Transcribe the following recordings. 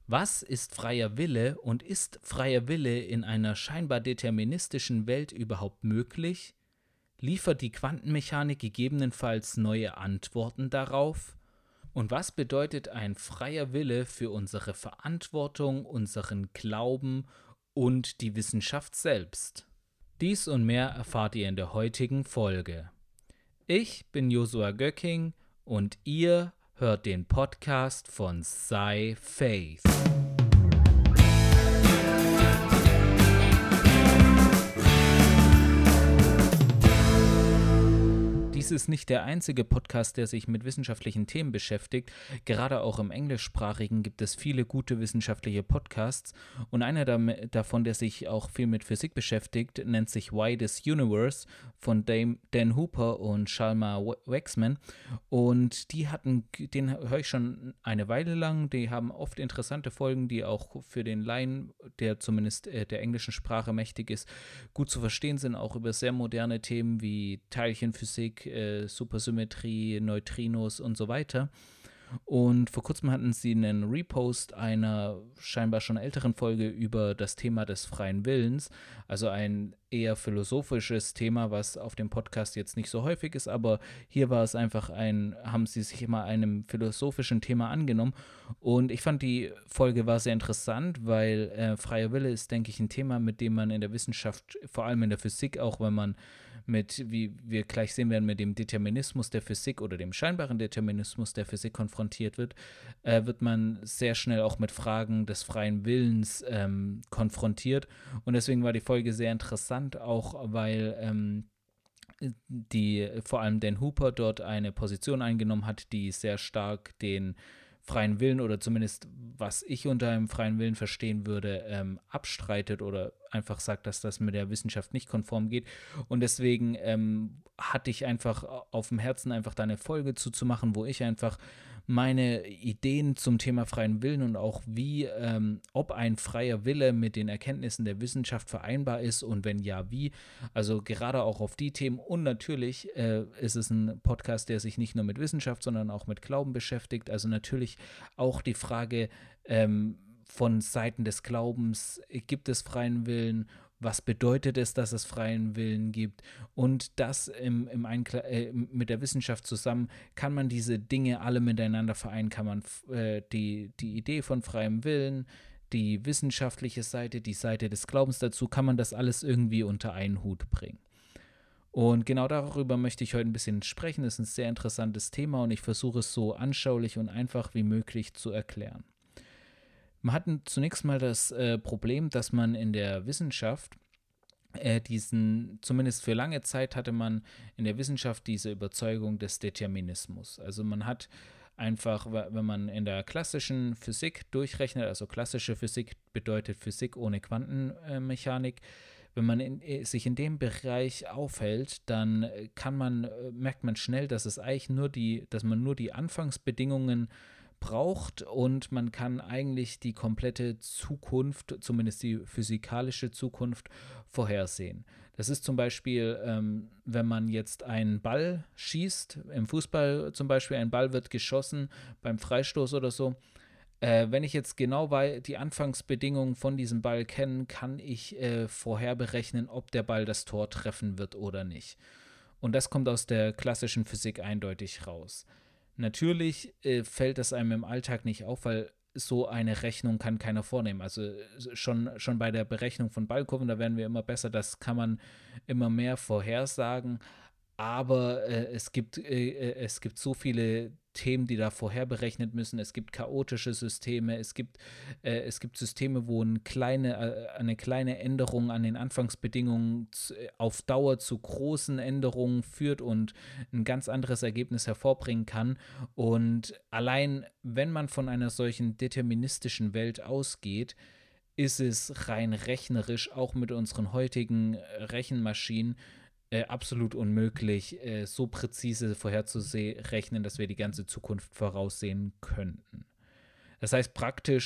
Was ist freier Wille und ist freier Wille in einer scheinbar deterministischen Welt überhaupt möglich? Liefert die Quantenmechanik gegebenenfalls neue Antworten darauf? Und was bedeutet ein freier Wille für unsere Verantwortung, unseren Glauben und die Wissenschaft selbst? Dies und mehr erfahrt ihr in der heutigen Folge. Ich bin Josua Göcking und ihr hört den Podcast von SciFaith. Dies ist nicht der einzige Podcast, der sich mit wissenschaftlichen Themen beschäftigt. Gerade auch im Englischsprachigen gibt es viele gute wissenschaftliche Podcasts. Und einer davon, der sich auch viel mit Physik beschäftigt, nennt sich Why This Universe von Dan Hooper und Shalma Waxman. Und den höre ich schon eine Weile lang. Die haben oft interessante Folgen, die auch für den Laien, der zumindest der englischen Sprache mächtig ist, gut zu verstehen sind, auch über sehr moderne Themen wie Teilchenphysik, Supersymmetrie, Neutrinos und so weiter. Und vor kurzem hatten sie einen Repost einer scheinbar schon älteren Folge über das Thema des freien Willens, also ein eher philosophisches Thema, was auf dem Podcast jetzt nicht so häufig ist, aber hier war es einfach haben sie sich immer einem philosophischen Thema angenommen und ich fand die Folge war sehr interessant, weil freier Wille ist, denke ich, ein Thema, mit dem man in der Wissenschaft, vor allem in der Physik, auch wenn man wie wir gleich sehen werden, mit dem Determinismus der Physik oder dem scheinbaren Determinismus der Physik konfrontiert wird man sehr schnell auch mit Fragen des freien Willens konfrontiert. Und deswegen war die Folge sehr interessant, auch weil vor allem Dan Hooper dort eine Position eingenommen hat, die sehr stark den freien Willen oder zumindest, was ich unter einem freien Willen verstehen würde, abstreitet oder einfach sagt, dass das mit der Wissenschaft nicht konform geht. Und deswegen hatte ich einfach auf dem Herzen, einfach da eine Folge zuzumachen, wo ich einfach meine Ideen zum Thema freien Willen und auch ob ein freier Wille mit den Erkenntnissen der Wissenschaft vereinbar ist und wenn ja, wie. Also gerade auch auf die Themen und natürlich ist es ein Podcast, der sich nicht nur mit Wissenschaft, sondern auch mit Glauben beschäftigt. Also natürlich auch die Frage von Seiten des Glaubens, gibt es freien Willen? Was bedeutet es, dass es freien Willen gibt? Und das mit der Wissenschaft zusammen, kann man diese Dinge alle miteinander vereinen? Kann man die Idee von freiem Willen, die wissenschaftliche Seite, die Seite des Glaubens dazu, kann man das alles irgendwie unter einen Hut bringen? Und genau darüber möchte ich heute ein bisschen sprechen. Das ist ein sehr interessantes Thema und ich versuche es so anschaulich und einfach wie möglich zu erklären. Man hat zunächst mal das Problem, dass man in der Wissenschaft zumindest für lange Zeit hatte man in der Wissenschaft diese Überzeugung des Determinismus. Also man hat einfach, wenn man in der klassischen Physik durchrechnet, also klassische Physik bedeutet Physik ohne Quantenmechanik, wenn man sich in dem Bereich aufhält, dann merkt man schnell, dass es eigentlich dass man nur die Anfangsbedingungen braucht und man kann eigentlich die komplette Zukunft, zumindest die physikalische Zukunft, vorhersehen. Das ist zum Beispiel, wenn man jetzt einen Ball schießt, im Fußball zum Beispiel, ein Ball wird geschossen beim Freistoß oder so. Wenn ich jetzt genau die Anfangsbedingungen von diesem Ball kenne, kann ich vorher berechnen, ob der Ball das Tor treffen wird oder nicht. Und das kommt aus der klassischen Physik eindeutig raus. Natürlich fällt das einem im Alltag nicht auf, weil so eine Rechnung kann keiner vornehmen. Also schon bei der Berechnung von Ballkurven, da werden wir immer besser, das kann man immer mehr vorhersagen. Aber es gibt so viele Themen, die da vorher berechnet müssen. Es gibt chaotische Systeme, es gibt Systeme, wo eine kleine Änderung an den Anfangsbedingungen auf Dauer zu großen Änderungen führt und ein ganz anderes Ergebnis hervorbringen kann. Und allein, wenn man von einer solchen deterministischen Welt ausgeht, ist es rein rechnerisch, auch mit unseren heutigen Rechenmaschinen, absolut unmöglich, so präzise vorherzurechnen, dass wir die ganze Zukunft voraussehen könnten. Das heißt,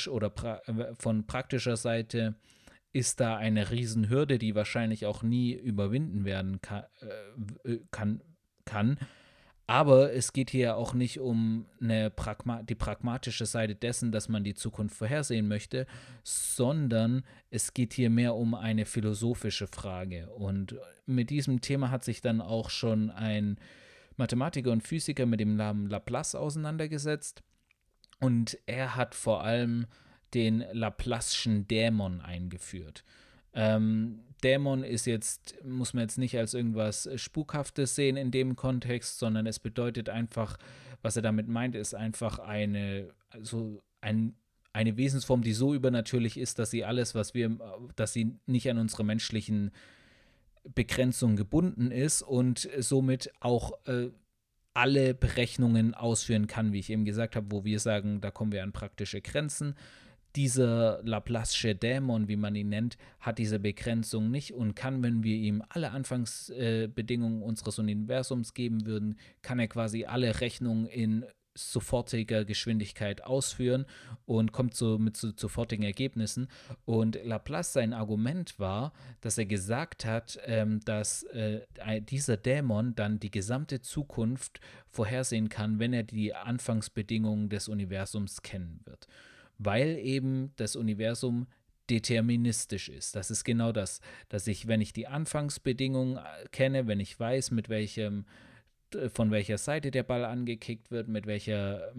von praktischer Seite ist da eine Riesenhürde, die wahrscheinlich auch nie überwinden werden kann. Aber es geht hier auch nicht um die pragmatische Seite dessen, dass man die Zukunft vorhersehen möchte, sondern es geht hier mehr um eine philosophische Frage. Und mit diesem Thema hat sich dann auch schon ein Mathematiker und Physiker mit dem Namen Laplace auseinandergesetzt. Und er hat vor allem den Laplace'schen Dämon eingeführt. Dämon ist jetzt, muss man jetzt nicht als irgendwas Spukhaftes sehen in dem Kontext, sondern es bedeutet einfach, was er damit meint, ist einfach eine Wesensform, die so übernatürlich ist, dass sie alles, dass sie nicht an unsere menschlichen Begrenzungen gebunden ist und somit auch alle Berechnungen ausführen kann, wie ich eben gesagt habe, wo wir sagen, da kommen wir an praktische Grenzen. Dieser Laplace'sche Dämon, wie man ihn nennt, hat diese Begrenzung nicht und kann, wenn wir ihm alle Anfangsbedingungen unseres Universums geben würden, kann er quasi alle Rechnungen in sofortiger Geschwindigkeit ausführen und kommt so mit sofortigen Ergebnissen. Und Laplace, sein Argument war, dass er gesagt hat, dass dieser Dämon dann die gesamte Zukunft vorhersehen kann, wenn er die Anfangsbedingungen des Universums kennen wird. Weil eben das Universum deterministisch ist. Das ist genau das, dass ich, wenn ich die Anfangsbedingungen kenne, wenn ich weiß, von welcher Seite der Ball angekickt wird, mit welcher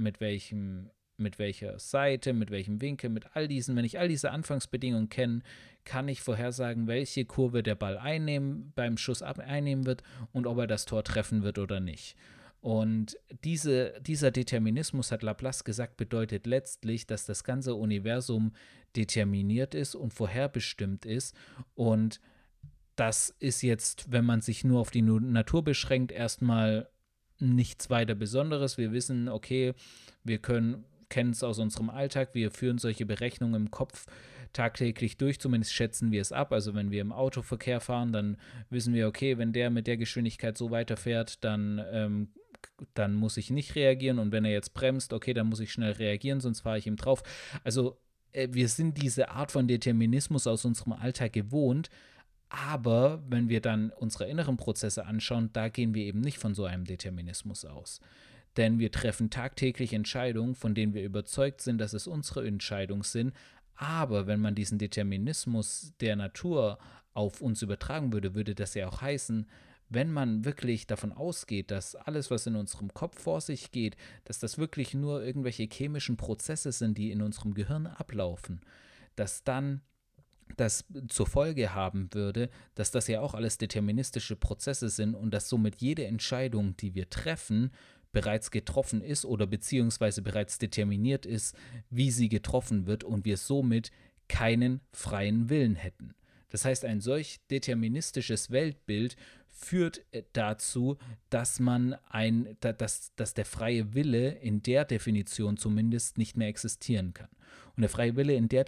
Seite, mit welchem Winkel, wenn ich all diese Anfangsbedingungen kenne, kann ich vorhersagen, welche Kurve der Ball beim Schuss einnehmen wird und ob er das Tor treffen wird oder nicht. Und dieser Determinismus, hat Laplace gesagt, bedeutet letztlich, dass das ganze Universum determiniert ist und vorherbestimmt ist. Und das ist jetzt, wenn man sich nur auf die Natur beschränkt, erstmal nichts weiter Besonderes. Wir wissen, okay, wir kennen es aus unserem Alltag, wir führen solche Berechnungen im Kopf tagtäglich durch, zumindest schätzen wir es ab. Also wenn wir im Autoverkehr fahren, dann wissen wir, okay, wenn der mit der Geschwindigkeit so weiterfährt, dann muss ich nicht reagieren und wenn er jetzt bremst, okay, dann muss ich schnell reagieren, sonst fahre ich ihm drauf. Also wir sind diese Art von Determinismus aus unserem Alltag gewohnt, aber wenn wir dann unsere inneren Prozesse anschauen, da gehen wir eben nicht von so einem Determinismus aus. Denn wir treffen tagtäglich Entscheidungen, von denen wir überzeugt sind, dass es unsere Entscheidungen sind. Aber wenn man diesen Determinismus der Natur auf uns übertragen würde, würde das ja auch heißen, wenn man wirklich davon ausgeht, dass alles, was in unserem Kopf vor sich geht, dass das wirklich nur irgendwelche chemischen Prozesse sind, die in unserem Gehirn ablaufen, dass dann das zur Folge haben würde, dass das ja auch alles deterministische Prozesse sind und dass somit jede Entscheidung, die wir treffen, bereits getroffen ist oder beziehungsweise bereits determiniert ist, wie sie getroffen wird und wir somit keinen freien Willen hätten. Das heißt, ein solch deterministisches Weltbild führt dazu, dass dass der freie Wille in der Definition zumindest nicht mehr existieren kann. Und der freie Wille in der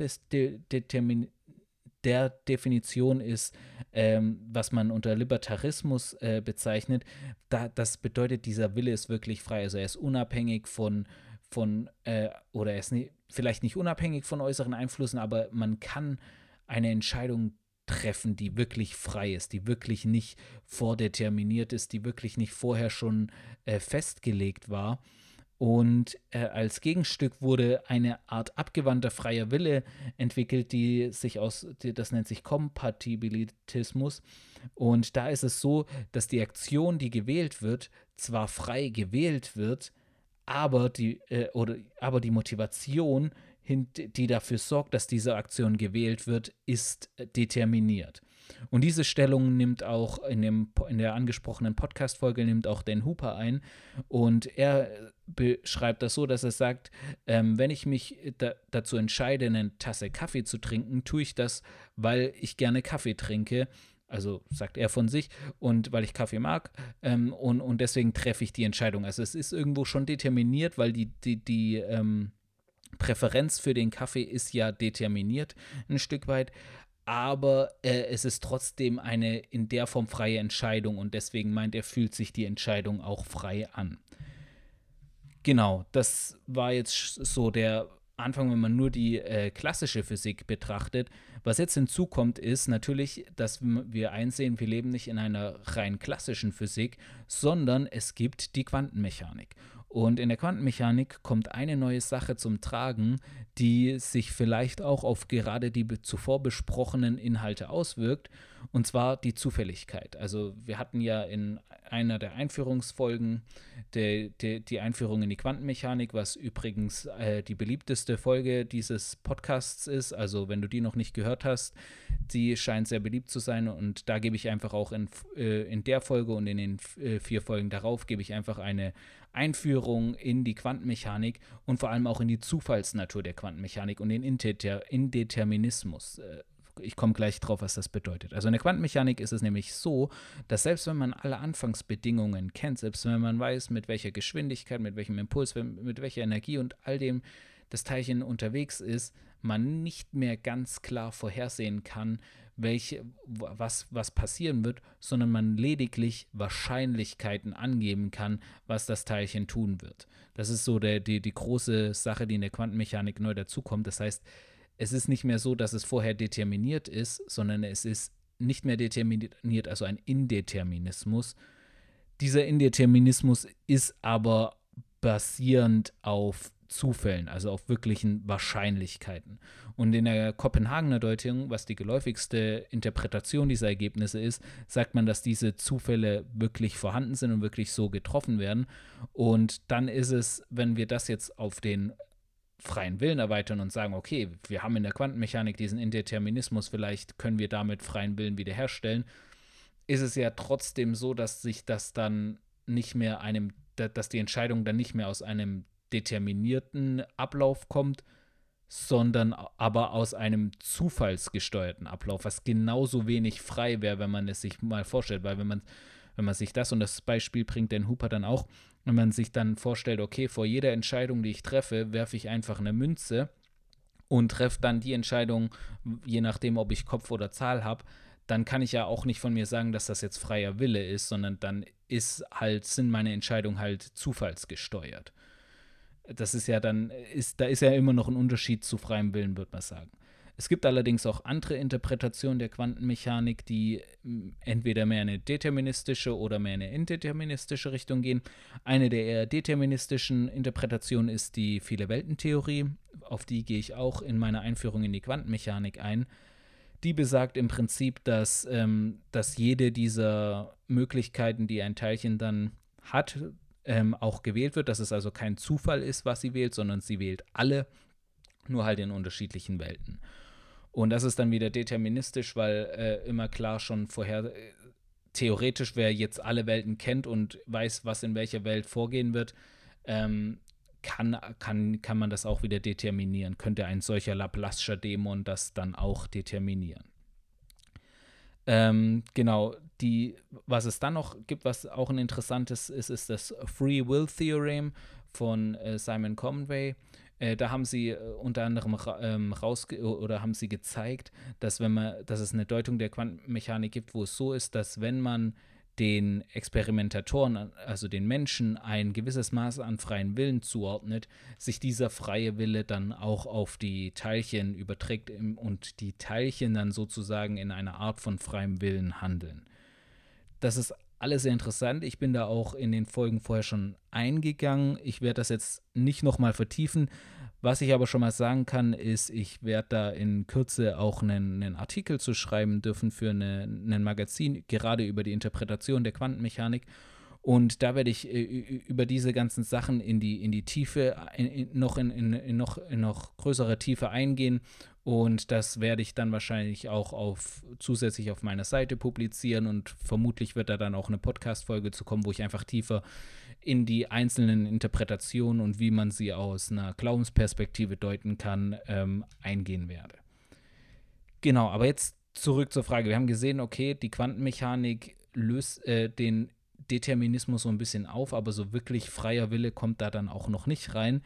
Definition ist, was man unter Libertarismus bezeichnet, das bedeutet, dieser Wille ist wirklich frei. Also er ist unabhängig oder er ist vielleicht nicht unabhängig von äußeren Einflüssen, aber man kann eine Entscheidung treffen, die wirklich frei ist, die wirklich nicht vordeterminiert ist, die wirklich nicht vorher schon festgelegt war. Und als Gegenstück wurde eine Art abgewandter freier Wille entwickelt, das nennt sich Kompatibilitismus. Und da ist es so, dass die Aktion, die gewählt wird, zwar frei gewählt wird, aber die Motivation, die dafür sorgt, dass diese Aktion gewählt wird, ist determiniert. Und diese Stellung nimmt auch in der angesprochenen Podcast-Folge nimmt auch Dan Hooper ein. Und er beschreibt das so, dass er sagt, wenn ich mich dazu entscheide, eine Tasse Kaffee zu trinken, tue ich das, weil ich gerne Kaffee trinke. Also sagt er von sich und weil ich Kaffee mag und deswegen treffe ich die Entscheidung. Also es ist irgendwo schon determiniert, weil die Präferenz für den Kaffee ist ja determiniert ein Stück weit, aber es ist trotzdem eine in der Form freie Entscheidung und deswegen meint er, fühlt sich die Entscheidung auch frei an. Genau, das war jetzt so der Anfang, wenn man nur die klassische Physik betrachtet. Was jetzt hinzukommt, ist natürlich, dass wir einsehen, wir leben nicht in einer rein klassischen Physik, sondern es gibt die Quantenmechanik. Und in der Quantenmechanik kommt eine neue Sache zum Tragen, die sich vielleicht auch auf gerade die zuvor besprochenen Inhalte auswirkt, und zwar die Also wir hatten ja in einer der Einführungsfolgen die Einführung in die Quantenmechanik, was übrigens die beliebteste Folge dieses Podcasts ist. Also wenn du die noch nicht gehört hast, die scheint sehr beliebt zu sein, und da gebe ich einfach auch in der Folge und in den 4 Folgen darauf gebe ich einfach eine Einführung in die Quantenmechanik und vor allem auch in die Zufallsnatur der Quantenmechanik und den Indeterminismus. Ich komme gleich drauf, was das bedeutet. Also in der Quantenmechanik ist es nämlich so, dass selbst wenn man alle Anfangsbedingungen kennt, selbst wenn man weiß, mit welcher Geschwindigkeit, mit welchem Impuls, mit welcher Energie und all dem das Teilchen unterwegs ist, man nicht mehr ganz klar vorhersehen kann, was passieren wird, sondern man lediglich Wahrscheinlichkeiten angeben kann, was das Teilchen tun wird. Das ist so die große Sache, die in der Quantenmechanik neu dazukommt. Das heißt, es ist nicht mehr so, dass es vorher determiniert ist, sondern es ist nicht mehr determiniert, also ein Indeterminismus. Dieser Indeterminismus ist aber basierend auf Zufällen, also auf wirklichen Wahrscheinlichkeiten. Und in der Kopenhagener Deutung, was die geläufigste Interpretation dieser Ergebnisse ist, sagt man, dass diese Zufälle wirklich vorhanden sind und wirklich so getroffen werden. Und dann ist es, wenn wir das jetzt auf den freien Willen erweitern und sagen, okay, wir haben in der Quantenmechanik diesen Indeterminismus, vielleicht können wir damit freien Willen wiederherstellen, ist es ja trotzdem so, dass sich das dann nicht mehr dass die Entscheidung dann nicht mehr aus einem determinierten Ablauf kommt, sondern aber aus einem zufallsgesteuerten Ablauf, was genauso wenig frei wäre, wenn man es sich mal vorstellt, weil wenn man sich das, und das Beispiel bringt Dan Hooper dann auch, wenn man sich dann vorstellt, okay, vor jeder Entscheidung, die ich treffe, werfe ich einfach eine Münze und treffe dann die Entscheidung, je nachdem, ob ich Kopf oder Zahl habe, dann kann ich ja auch nicht von mir sagen, dass das jetzt freier Wille ist, sondern dann sind meine Entscheidungen halt zufallsgesteuert. Das ist ja da ist ja immer noch ein Unterschied zu freiem Willen, würde man sagen. Es gibt allerdings auch andere Interpretationen der Quantenmechanik, die entweder mehr in eine deterministische oder mehr in eine indeterministische Richtung gehen. Eine der eher deterministischen Interpretationen ist die Viele-Welten-Theorie. Auf die gehe ich auch in meiner Einführung in die Quantenmechanik ein. Die besagt im Prinzip, dass jede dieser Möglichkeiten, die ein Teilchen dann hat, auch gewählt wird, dass es also kein Zufall ist, was sie wählt, sondern sie wählt alle, nur halt in unterschiedlichen Welten. Und das ist dann wieder deterministisch, weil immer klar schon vorher, theoretisch, wer jetzt alle Welten kennt und weiß, was in welcher Welt vorgehen wird, kann man das auch wieder determinieren. Könnte ein solcher Laplace'scher Dämon das dann auch determinieren. Genau, was es dann noch gibt, was auch ein interessantes ist das Free Will Theorem von Simon Conway. Da haben sie unter anderem haben sie gezeigt, dass es eine Deutung der Quantenmechanik gibt, wo es so ist, dass wenn man den Experimentatoren, also den Menschen, ein gewisses Maß an freien Willen zuordnet, sich dieser freie Wille dann auch auf die Teilchen überträgt und die Teilchen dann sozusagen in einer Art von freiem Willen handeln. Das ist alles sehr interessant. Ich bin da auch in den Folgen vorher schon eingegangen. Ich werde das jetzt nicht nochmal vertiefen. Was ich aber schon mal sagen kann, ist, ich werde da in Kürze auch einen Artikel zu schreiben dürfen für ein Magazin, gerade über die Interpretation der Quantenmechanik. Und da werde ich über diese ganzen Sachen in die Tiefe, in noch größere Tiefe eingehen. Und das werde ich dann wahrscheinlich auch zusätzlich auf meiner Seite publizieren. Und vermutlich wird da dann auch eine Podcast-Folge zu kommen, wo ich einfach tiefer in die einzelnen Interpretationen und wie man sie aus einer Glaubensperspektive deuten kann, eingehen werde. Genau, aber jetzt zurück zur Frage. Wir haben gesehen, okay, die Quantenmechanik löst den Determinismus so ein bisschen auf, aber so wirklich freier Wille kommt da dann auch noch nicht rein.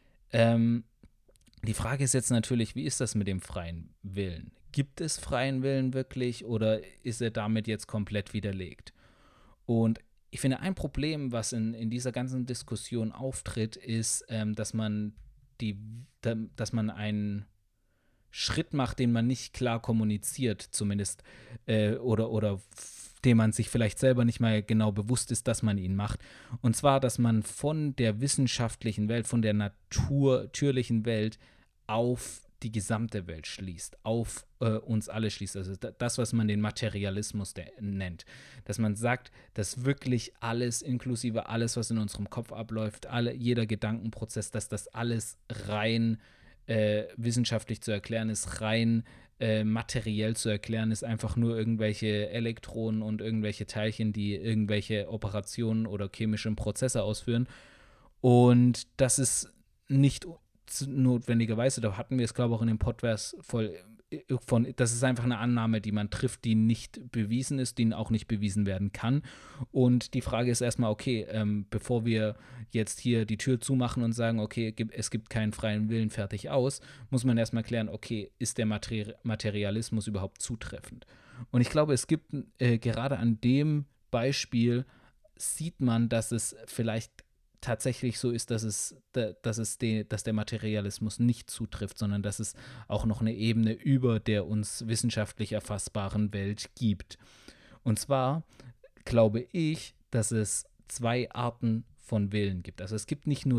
Die Frage ist jetzt natürlich, wie ist das mit dem freien Willen? Gibt es freien Willen wirklich oder ist er damit jetzt komplett widerlegt? Und ich finde, ein Problem, was in dieser ganzen Diskussion auftritt, ist, dass man dass man einen Schritt macht, den man nicht klar kommuniziert, zumindest, oder dem man sich vielleicht selber nicht mal genau bewusst ist, dass man ihn macht. Und zwar, dass man von der wissenschaftlichen Welt, von der natürlichen Welt auf die gesamte Welt schließt, auf uns alle schließt. Also das, was man den Materialismus nennt. Dass man sagt, dass wirklich alles, inklusive alles, was in unserem Kopf abläuft, jeder Gedankenprozess, dass das alles rein wissenschaftlich zu erklären ist, rein materiell zu erklären ist, einfach nur irgendwelche Elektronen und irgendwelche Teilchen, die irgendwelche Operationen oder chemischen Prozesse ausführen. Und das ist nicht notwendigerweise, da hatten wir es, glaube ich, auch in dem Podcast das ist einfach eine Annahme, die man trifft, die nicht bewiesen ist, die auch nicht bewiesen werden kann. Und die Frage ist erstmal, okay, bevor wir jetzt hier die Tür zumachen und sagen, okay, es gibt keinen freien Willen, fertig aus, muss man erstmal klären, okay, ist der Materialismus überhaupt zutreffend? Und ich glaube, es gibt gerade an dem Beispiel sieht man, dass es vielleicht tatsächlich so ist, dass der Materialismus nicht zutrifft, sondern dass es auch noch eine Ebene über der uns wissenschaftlich erfassbaren Welt gibt. Und zwar glaube ich, dass es zwei Arten von Willen gibt. Also es gibt nicht nur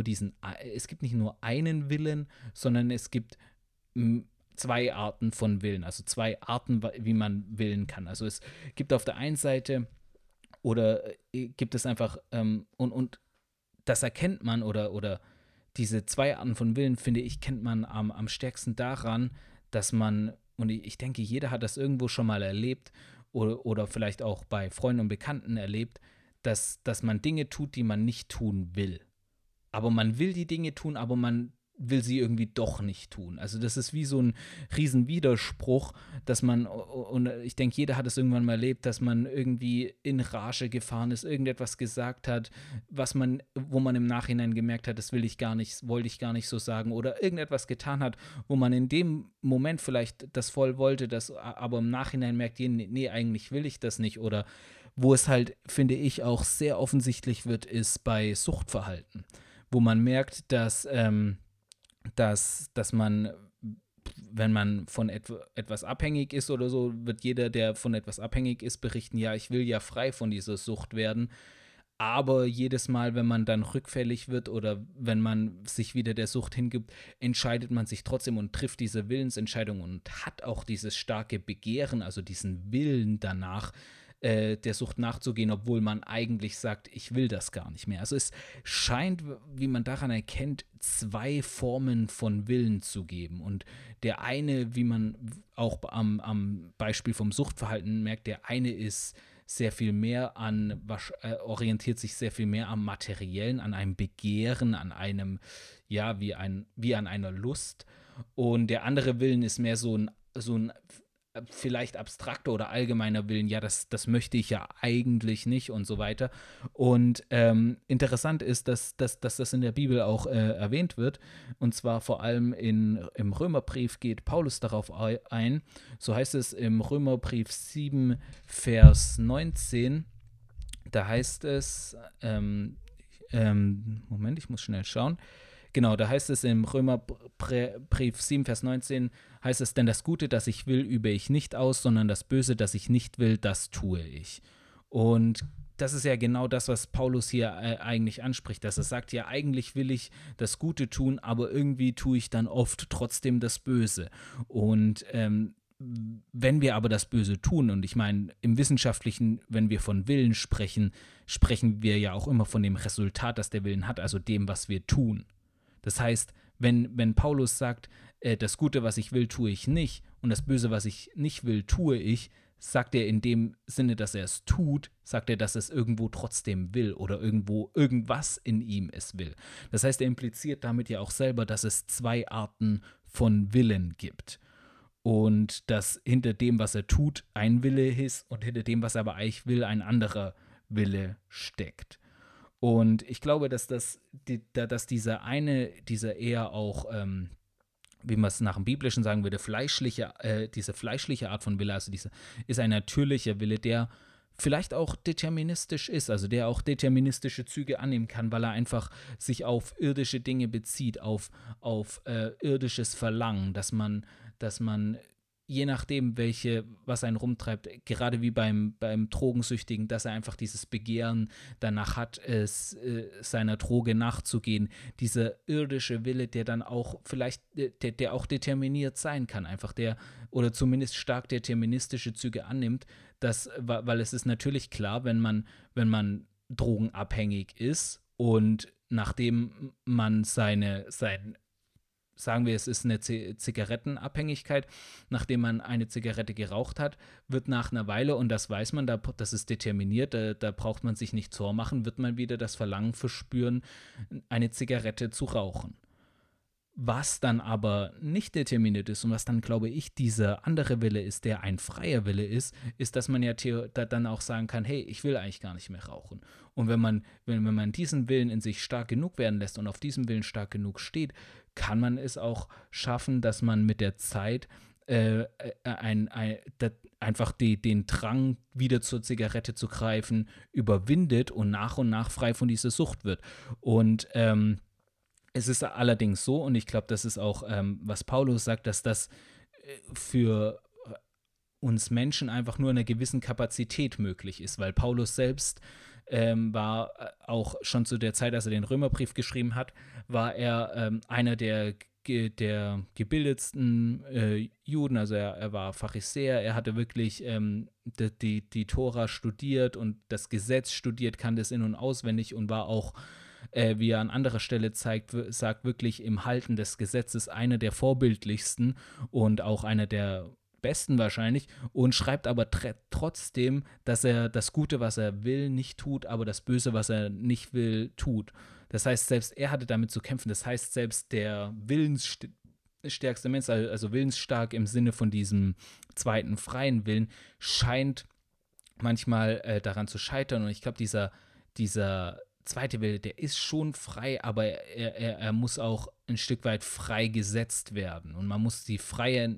einen Willen, sondern es gibt zwei Arten von Willen, also zwei Arten, wie man willen kann. Also es gibt auf der einen Seite oder gibt es einfach und das erkennt man oder diese zwei Arten von Willen, finde ich, kennt man am stärksten daran, dass man, und ich denke, jeder hat das irgendwo schon mal erlebt oder vielleicht auch bei Freunden und Bekannten erlebt, dass man Dinge tut, die man nicht tun will. Aber man will die Dinge tun, aber man will sie irgendwie doch nicht tun. Also das ist wie so ein Riesenwiderspruch, dass man, und ich denke, jeder hat es irgendwann mal erlebt, dass man irgendwie in Rage gefahren ist, irgendetwas gesagt hat, wo man im Nachhinein gemerkt hat, das wollte ich gar nicht so sagen, oder irgendetwas getan hat, wo man in dem Moment vielleicht das voll wollte, aber im Nachhinein merkt, nee, eigentlich will ich das nicht, oder wo es halt, finde ich, auch sehr offensichtlich wird, ist bei Suchtverhalten, wo man merkt, dass man, wenn man von etwas abhängig ist oder so, wird jeder, der von etwas abhängig ist, berichten, ja, ich will ja frei von dieser Sucht werden. Aber jedes Mal, wenn man dann rückfällig wird oder wenn man sich wieder der Sucht hingibt, entscheidet man sich trotzdem und trifft diese Willensentscheidung und hat auch dieses starke Begehren, also diesen Willen danach, der Sucht nachzugehen, obwohl man eigentlich sagt, ich will das gar nicht mehr. Also es scheint, wie man daran erkennt, zwei Formen von Willen zu geben. Und der eine, wie man auch am Beispiel vom Suchtverhalten merkt, der eine ist sehr viel mehr orientiert sich sehr viel mehr am Materiellen, an einem Begehren, an einem, ja, wie an einer Lust. Und der andere Willen ist mehr so ein vielleicht abstrakter oder allgemeiner Willen, ja, das möchte ich ja eigentlich nicht und so weiter. Und interessant ist, dass das in der Bibel auch erwähnt wird. Und zwar vor allem im Römerbrief geht Paulus darauf ein. So heißt es im Römerbrief 7, Vers 19. Da heißt es, Moment, ich muss schnell schauen. Genau, da heißt es im Römerbrief 7, Vers 19, heißt es, denn das Gute, das ich will, übe ich nicht aus, sondern das Böse, das ich nicht will, das tue ich. Und das ist ja genau das, was Paulus hier eigentlich anspricht, dass er sagt, ja, eigentlich will ich das Gute tun, aber irgendwie tue ich dann oft trotzdem das Böse. Und wenn wir aber das Böse tun, und ich meine, im Wissenschaftlichen, wenn wir von Willen sprechen, sprechen wir ja auch immer von dem Resultat, das der Willen hat, also dem, was wir tun. Das heißt, wenn Paulus sagt, das Gute, was ich will, tue ich nicht und das Böse, was ich nicht will, tue ich, sagt er in dem Sinne, dass er es tut, sagt er, dass es irgendwo trotzdem will oder irgendwas in ihm es will. Das heißt, er impliziert damit ja auch selber, dass es zwei Arten von Willen gibt. Und dass hinter dem, was er tut, ein Wille ist und hinter dem, was er aber eigentlich will, ein anderer Wille steckt. Und ich glaube, dass dieser eher auch, wie man es nach dem Biblischen sagen würde, diese fleischliche Art von Wille, also ist ein natürlicher Wille, der vielleicht auch deterministisch ist, also der auch deterministische Züge annehmen kann, weil er einfach sich auf irdische Dinge bezieht, auf irdisches Verlangen, dass man je nachdem, was einen rumtreibt, gerade wie beim Drogensüchtigen, dass er einfach dieses Begehren danach hat, seiner Droge nachzugehen, dieser irdische Wille, der dann auch vielleicht, der auch determiniert sein kann, einfach der, oder zumindest stark deterministische Züge annimmt, weil es ist natürlich klar, wenn man drogenabhängig ist und nachdem man sagen wir, es ist eine Zigarettenabhängigkeit, nachdem man eine Zigarette geraucht hat, wird nach einer Weile, und das weiß man, das ist determiniert, da braucht man sich nichts vormachen, wird man wieder das Verlangen verspüren, eine Zigarette zu rauchen. Was dann aber nicht determiniert ist und was dann, glaube ich, dieser andere Wille ist, der ein freier Wille ist, dass man ja dann auch sagen kann, hey, ich will eigentlich gar nicht mehr rauchen. Und wenn man diesen Willen in sich stark genug werden lässt und auf diesem Willen stark genug steht, kann man es auch schaffen, dass man mit der Zeit einfach den Drang, wieder zur Zigarette zu greifen, überwindet und nach frei von dieser Sucht wird. Und es ist allerdings so, und ich glaube, das ist auch, was Paulus sagt, dass das für uns Menschen einfach nur in einer gewissen Kapazität möglich ist, weil Paulus selbst war auch schon zu der Zeit, als er den Römerbrief geschrieben hat, war er einer der gebildetsten Juden, also er war Pharisäer, er hatte wirklich die Tora studiert und das Gesetz studiert, kannte es in- und auswendig und war auch wie er an anderer Stelle sagt wirklich im Halten des Gesetzes einer der vorbildlichsten und auch einer der besten wahrscheinlich, und schreibt aber trotzdem, dass er das Gute, was er will, nicht tut, aber das Böse, was er nicht will, tut. Das heißt, selbst er hatte damit zu kämpfen. Das heißt, selbst der willensstärkste Mensch, also willensstark im Sinne von diesem zweiten freien Willen, scheint manchmal daran zu scheitern. Und ich glaube, dieser zweite Wille, der ist schon frei, aber er muss auch ein Stück weit freigesetzt werden. Und man muss die freie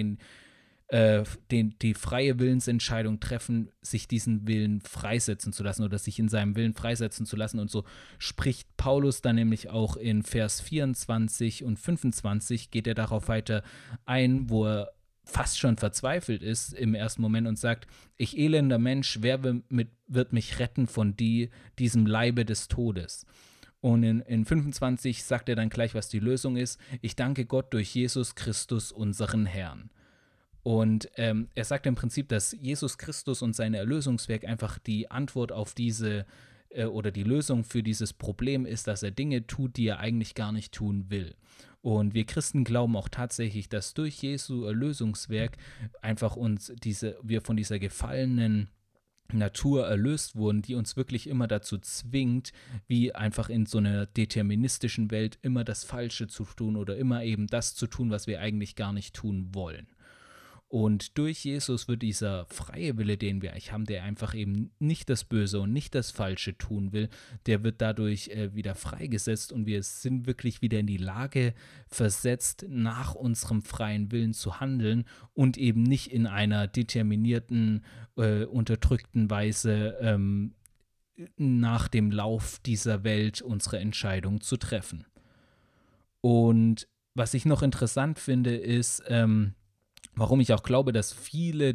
Willensentscheidung treffen, sich diesen Willen freisetzen zu lassen oder sich in seinem Willen freisetzen zu lassen. Und so spricht Paulus dann nämlich auch in Vers 24 und 25, geht er darauf weiter ein, wo er fast schon verzweifelt ist im ersten Moment und sagt, ich elender Mensch, wer wird mich retten von diesem Leibe des Todes? Und in 25 sagt er dann gleich, was die Lösung ist. Ich danke Gott durch Jesus Christus, unseren Herrn. Und er sagt im Prinzip, dass Jesus Christus und sein Erlösungswerk einfach die Antwort auf diese oder die Lösung für dieses Problem ist, dass er Dinge tut, die er eigentlich gar nicht tun will. Und wir Christen glauben auch tatsächlich, dass durch Jesu Erlösungswerk einfach wir von dieser gefallenen Natur erlöst wurden, die uns wirklich immer dazu zwingt, wie einfach in so einer deterministischen Welt immer das Falsche zu tun oder immer eben das zu tun, was wir eigentlich gar nicht tun wollen. Und durch Jesus wird dieser freie Wille, den wir eigentlich haben, der einfach eben nicht das Böse und nicht das Falsche tun will, der wird dadurch wieder freigesetzt und wir sind wirklich wieder in die Lage versetzt, nach unserem freien Willen zu handeln und eben nicht in einer determinierten, unterdrückten Weise nach dem Lauf dieser Welt unsere Entscheidung zu treffen. Und was ich noch interessant finde, ist, warum ich auch glaube, dass viele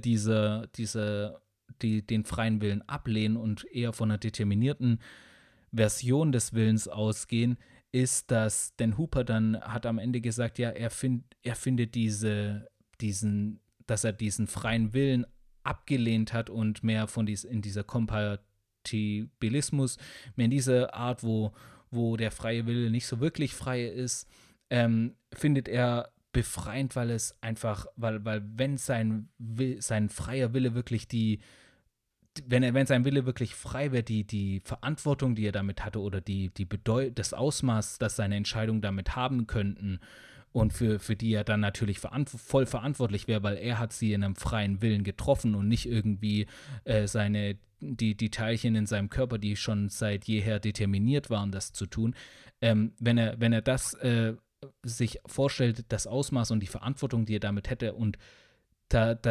den freien Willen ablehnen und eher von einer determinierten Version des Willens ausgehen, ist, dass Dan Hooper dann hat am Ende gesagt, ja, er findet dass er diesen freien Willen abgelehnt hat und mehr in dieser Kompatibilismus, mehr in dieser Art, wo der freie Wille nicht so wirklich frei ist, findet er befreiend, weil wenn sein freier Wille wirklich wenn sein Wille wirklich frei wäre, die Verantwortung, die er damit hatte oder das Ausmaß, das seine Entscheidungen damit haben könnten und für die er dann natürlich voll verantwortlich wäre, weil er hat sie in einem freien Willen getroffen und nicht irgendwie die Teilchen in seinem Körper, die schon seit jeher determiniert waren, das zu tun. Wenn er das sich vorstellt, das Ausmaß und die Verantwortung, die er damit hätte und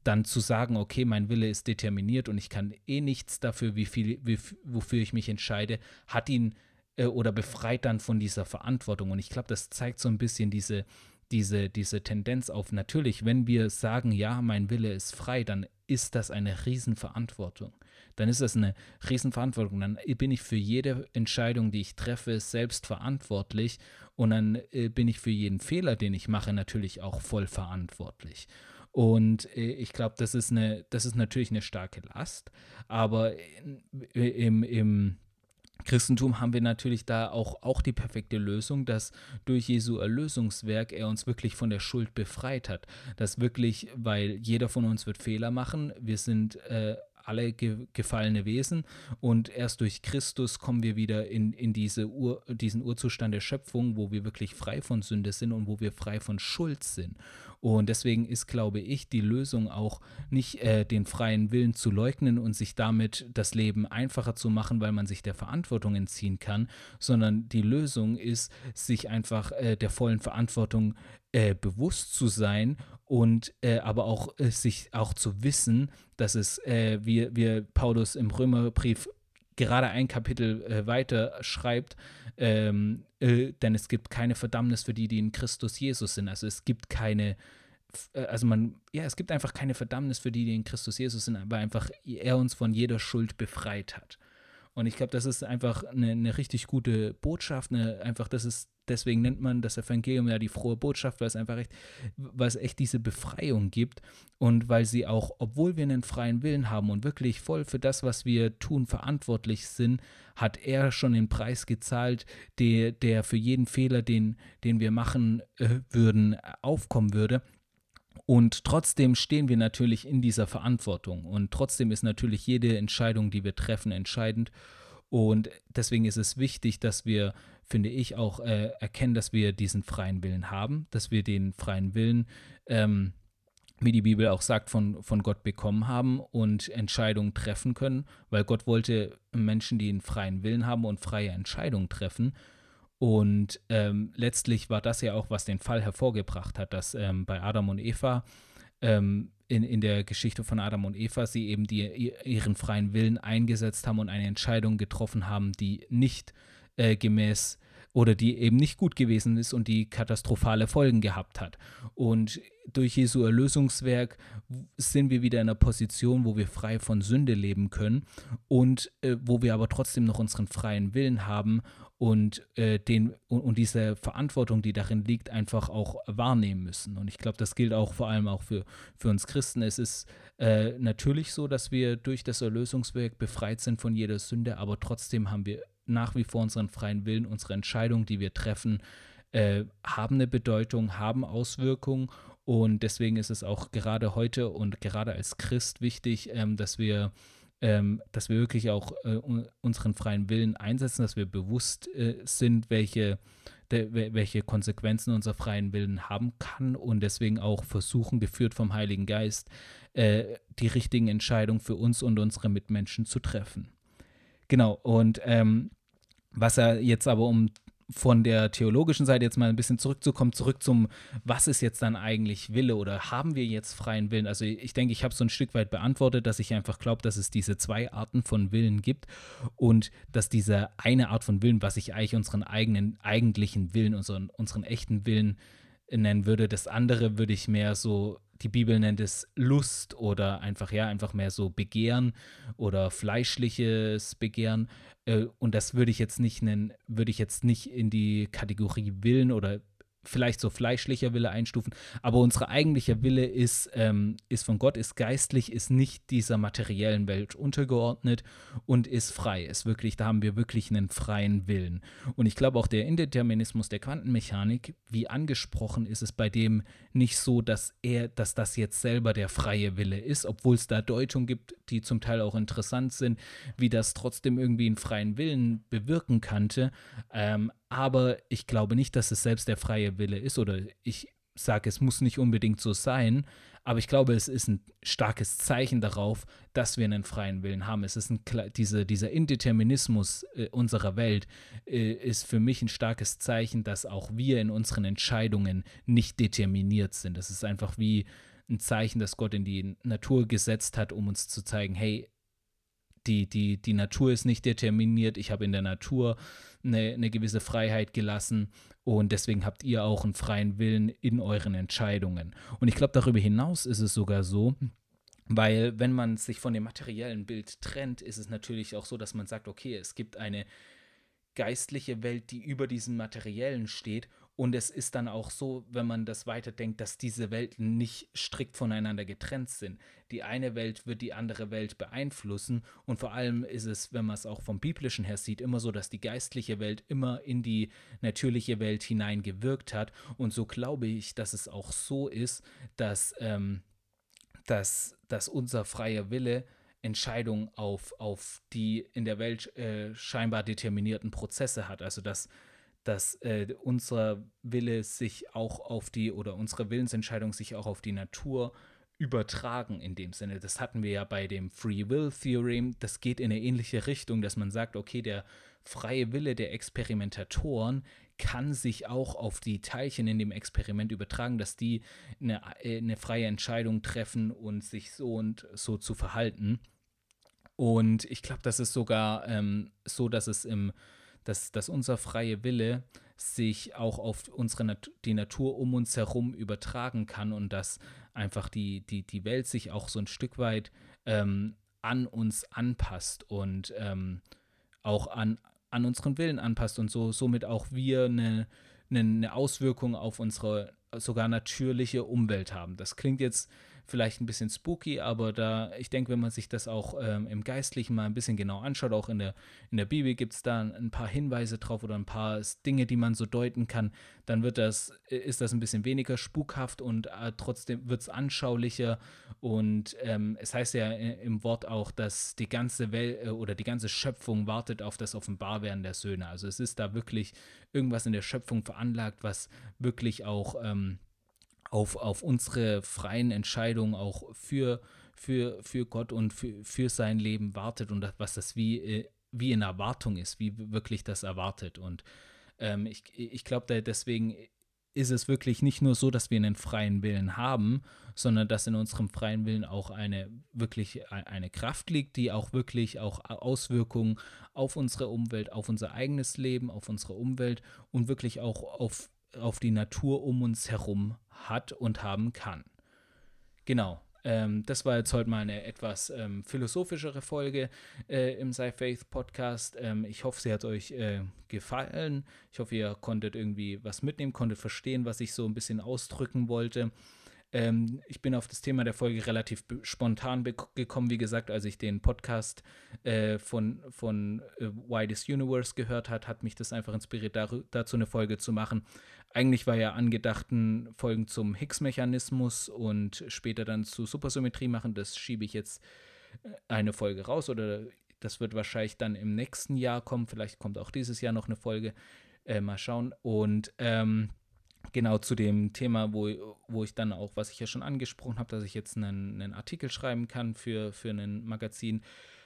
dann zu sagen, okay, mein Wille ist determiniert und ich kann nichts dafür, wofür ich mich entscheide, hat ihn oder befreit dann von dieser Verantwortung. Und ich glaube, das zeigt so ein bisschen diese Tendenz auf. Natürlich, wenn wir sagen, ja, mein Wille ist frei, dann ist das eine Riesenverantwortung. Dann ist das eine Riesenverantwortung. Dann bin ich für jede Entscheidung, die ich treffe, selbst verantwortlich. Und dann bin ich für jeden Fehler, den ich mache, natürlich auch voll verantwortlich. Und ich glaube, das ist natürlich eine starke Last, aber im Christentum haben wir natürlich da auch die perfekte Lösung, dass durch Jesu Erlösungswerk er uns wirklich von der Schuld befreit hat. Das wirklich, weil jeder von uns wird Fehler machen, wir sind alle gefallene Wesen und erst durch Christus kommen wir wieder in diesen Urzustand der Schöpfung, wo wir wirklich frei von Sünde sind und wo wir frei von Schuld sind. Und deswegen ist, glaube ich, die Lösung auch nicht den freien Willen zu leugnen und sich damit das Leben einfacher zu machen, weil man sich der Verantwortung entziehen kann, sondern die Lösung ist, sich einfach der vollen Verantwortung bewusst zu sein und aber auch sich auch zu wissen, dass es, wie Paulus im Römerbrief gerade ein Kapitel weiter schreibt, denn es gibt keine Verdammnis für die in Christus Jesus sind. Also es gibt es gibt einfach keine Verdammnis für die in Christus Jesus sind, weil einfach er uns von jeder Schuld befreit hat. Und ich glaube, das ist einfach eine richtig gute Botschaft, deswegen nennt man das Evangelium ja die frohe Botschaft, weil es echt diese Befreiung gibt und weil sie auch, obwohl wir einen freien Willen haben und wirklich voll für das, was wir tun, verantwortlich sind, hat er schon den Preis gezahlt, der für jeden Fehler, den wir machen würden, aufkommen würde. Und trotzdem stehen wir natürlich in dieser Verantwortung und trotzdem ist natürlich jede Entscheidung, die wir treffen, entscheidend. Und deswegen ist es wichtig, dass wir, finde ich, auch erkennen, dass wir diesen freien Willen haben, dass wir den freien Willen, wie die Bibel auch sagt, von Gott bekommen haben und Entscheidungen treffen können, weil Gott wollte Menschen, die einen freien Willen haben und freie Entscheidungen treffen. Und letztlich war das ja auch, was den Fall hervorgebracht hat, dass bei Adam und Eva in der Geschichte von Adam und Eva sie eben ihren freien Willen eingesetzt haben und eine Entscheidung getroffen haben, die nicht gemäß oder die eben nicht gut gewesen ist und die katastrophale Folgen gehabt hat. Und durch Jesu Erlösungswerk sind wir wieder in einer Position, wo wir frei von Sünde leben können und wo wir aber trotzdem noch unseren freien Willen haben und diese Verantwortung, die darin liegt, einfach auch wahrnehmen müssen. Und ich glaube, das gilt auch vor allem auch für uns Christen. Es ist natürlich so, dass wir durch das Erlösungswerk befreit sind von jeder Sünde, aber trotzdem haben wir nach wie vor unseren freien Willen, unsere Entscheidungen, die wir treffen, haben eine Bedeutung, haben Auswirkungen und deswegen ist es auch gerade heute und gerade als Christ wichtig, dass wir wirklich auch unseren freien Willen einsetzen, dass wir bewusst sind, welche Konsequenzen unser freien Willen haben kann und deswegen auch versuchen, geführt vom Heiligen Geist, die richtigen Entscheidungen für uns und unsere Mitmenschen zu treffen. Genau, und was er jetzt aber, um von der theologischen Seite jetzt mal ein bisschen zurückzukommen, zurück zum, was ist jetzt dann eigentlich Wille oder haben wir jetzt freien Willen? Also ich denke, ich habe so ein Stück weit beantwortet, dass ich einfach glaube, dass es diese zwei Arten von Willen gibt und dass diese eine Art von Willen, was ich eigentlich unseren eigentlichen Willen, unseren echten Willen nennen würde, das andere würde ich mehr so, die Bibel nennt es Lust oder einfach mehr so Begehren oder fleischliches Begehren. Und das würde ich jetzt nicht in die Kategorie Willen oder vielleicht so fleischlicher Wille einstufen, aber unser eigentlicher Wille ist von Gott, ist geistlich, ist nicht dieser materiellen Welt untergeordnet und ist frei. Da haben wir wirklich einen freien Willen. Und ich glaube auch der Indeterminismus der Quantenmechanik, wie angesprochen, ist es bei dem nicht so, dass das jetzt selber der freie Wille ist, obwohl es da Deutungen gibt, die zum Teil auch interessant sind, wie das trotzdem irgendwie einen freien Willen bewirken könnte. Aber ich glaube nicht, dass es selbst der freie Wille ist oder ich sage, es muss nicht unbedingt so sein, aber ich glaube, es ist ein starkes Zeichen darauf, dass wir einen freien Willen haben. Es ist dieser Indeterminismus unserer Welt ist für mich ein starkes Zeichen, dass auch wir in unseren Entscheidungen nicht determiniert sind. Es ist einfach wie ein Zeichen, das Gott in die Natur gesetzt hat, um uns zu zeigen, hey, die Natur ist nicht determiniert, ich habe in der Natur eine gewisse Freiheit gelassen und deswegen habt ihr auch einen freien Willen in euren Entscheidungen. Und ich glaube, darüber hinaus ist es sogar so, weil wenn man sich von dem materiellen Bild trennt, ist es natürlich auch so, dass man sagt, okay, es gibt eine geistliche Welt, die über diesem materiellen steht. Und es ist dann auch so, wenn man das weiterdenkt, dass diese Welten nicht strikt voneinander getrennt sind. Die eine Welt wird die andere Welt beeinflussen. Und vor allem ist es, wenn man es auch vom Biblischen her sieht, immer so, dass die geistliche Welt immer in die natürliche Welt hineingewirkt hat. Und so glaube ich, dass es auch so ist, dass unser freier Wille Entscheidungen auf die in der Welt scheinbar determinierten Prozesse hat. Also dass unser Wille sich auch auf die oder unsere Willensentscheidung sich auch auf die Natur übertragen in dem Sinne. Das hatten wir ja bei dem Free Will Theorem. Das geht in eine ähnliche Richtung, dass man sagt, okay, der freie Wille der Experimentatoren kann sich auch auf die Teilchen in dem Experiment übertragen, dass die eine freie Entscheidung treffen und sich so und so zu verhalten. Und ich glaube, das ist sogar so, dass unser freier Wille sich auch auf die Natur um uns herum übertragen kann und dass einfach die Welt sich auch so ein Stück weit an uns anpasst und auch an unseren Willen anpasst und somit auch wir eine Auswirkung auf unsere sogar natürliche Umwelt haben. Das klingt jetzt vielleicht ein bisschen spooky, aber ich denke, wenn man sich das auch im Geistlichen mal ein bisschen genau anschaut, auch in der Bibel gibt es da ein paar Hinweise drauf oder ein paar Dinge, die man so deuten kann, dann ist das ein bisschen weniger spukhaft und trotzdem wird es anschaulicher und es heißt ja im Wort auch, dass die ganze Welt oder die ganze Schöpfung wartet auf das Offenbarwerden der Söhne. Also es ist da wirklich irgendwas in der Schöpfung veranlagt, was wirklich auch auf unsere freien Entscheidungen auch für Gott und für sein Leben wartet und was das wie in Erwartung ist, wie wirklich das erwartet. Und ich glaube, deswegen ist es wirklich nicht nur so, dass wir einen freien Willen haben, sondern dass in unserem freien Willen auch wirklich eine Kraft liegt, die auch wirklich auch Auswirkungen auf unsere Umwelt, auf unser eigenes Leben, auf unsere Umwelt und wirklich auch auf die Natur um uns herum hat und haben kann. Genau. Das war jetzt heute mal eine etwas philosophischere Folge im Sci-Faith Podcast. Ich hoffe, sie hat euch gefallen. Ich hoffe, ihr konntet irgendwie was mitnehmen, konntet verstehen, was ich so ein bisschen ausdrücken wollte. Ich bin auf das Thema der Folge relativ spontan gekommen, wie gesagt, als ich den Podcast von Widest Universe gehört hat mich das einfach inspiriert, dazu eine Folge zu machen. Eigentlich war ja angedachten Folgen zum Higgs-Mechanismus und später dann zu Supersymmetrie machen. Das schiebe ich jetzt eine Folge raus oder das wird wahrscheinlich dann im nächsten Jahr kommen. Vielleicht kommt auch dieses Jahr noch eine Folge. Mal schauen. Und genau zu dem Thema, wo ich dann auch, was ich ja schon angesprochen habe, dass ich jetzt einen Artikel schreiben kann für ein Magazin,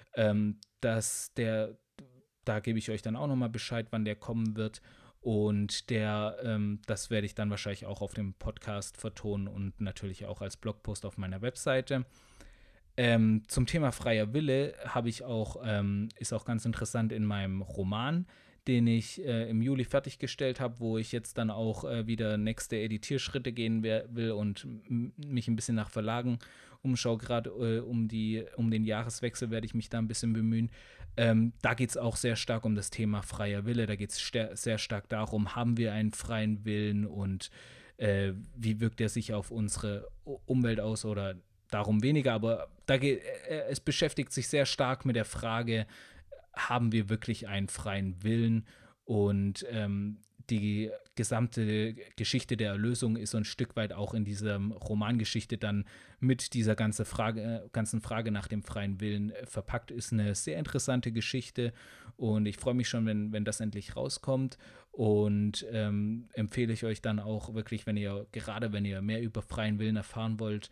da gebe ich euch dann auch nochmal Bescheid, wann der kommen wird. Und das werde ich dann wahrscheinlich auch auf dem Podcast vertonen und natürlich auch als Blogpost auf meiner Webseite. Zum Thema freier Wille ist auch ganz interessant in meinem Roman, den ich im Juli fertiggestellt habe, wo ich jetzt dann auch wieder nächste Editierschritte gehen will und mich ein bisschen nach Verlagen umschaue. Gerade um den Jahreswechsel werde ich mich da ein bisschen bemühen. Da geht es auch sehr stark um das Thema freier Wille. Da geht es sehr stark darum, haben wir einen freien Willen und wie wirkt er sich auf unsere Umwelt aus oder darum weniger. Aber es beschäftigt sich sehr stark mit der Frage, haben wir wirklich einen freien Willen? Und die gesamte Geschichte der Erlösung ist so ein Stück weit auch in dieser Romangeschichte dann mit dieser ganzen Frage nach dem freien Willen verpackt. Ist eine sehr interessante Geschichte und ich freue mich schon, wenn das endlich rauskommt und empfehle ich euch dann auch wirklich, wenn ihr mehr über freien Willen erfahren wollt,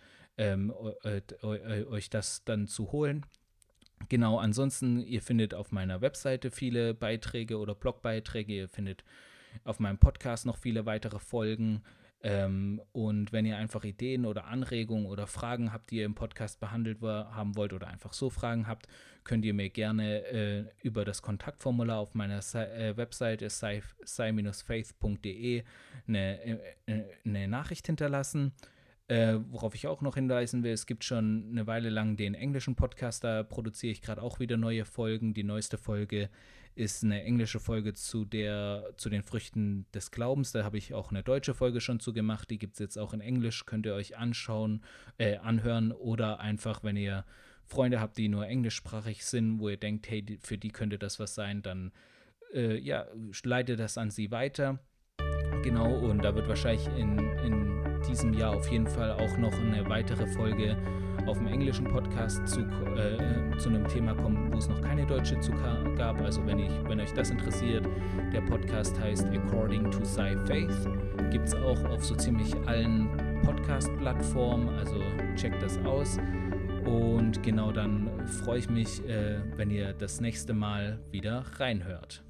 euch das dann zu holen. Genau, ansonsten, ihr findet auf meiner Webseite viele Beiträge oder Blogbeiträge, ihr findet auf meinem Podcast noch viele weitere Folgen. Und wenn ihr einfach Ideen oder Anregungen oder Fragen habt, die ihr im Podcast behandelt haben wollt oder einfach so Fragen habt, könnt ihr mir gerne über das Kontaktformular auf meiner Webseite sei-faith.de eine Nachricht hinterlassen. Worauf ich auch noch hinweisen will, es gibt schon eine Weile lang den englischen Podcast, da produziere ich gerade auch wieder neue Folgen. Die neueste Folge ist eine englische Folge zu den Früchten des Glaubens. Da habe ich auch eine deutsche Folge schon zu gemacht. Die gibt es jetzt auch in Englisch, könnt ihr euch anhören oder einfach, wenn ihr Freunde habt, die nur englischsprachig sind, wo ihr denkt, hey, für die könnte das was sein, dann leitet das an sie weiter. Genau, und da wird wahrscheinlich in diesem Jahr auf jeden Fall auch noch eine weitere Folge auf dem englischen Podcast zu einem Thema kommen, wo es noch keine deutsche zu gab. Also wenn euch das interessiert, der Podcast heißt According to Sei Faith, gibt es auch auf so ziemlich allen Podcast-Plattformen, also checkt das aus. Und genau, dann freue ich mich, wenn ihr das nächste Mal wieder reinhört.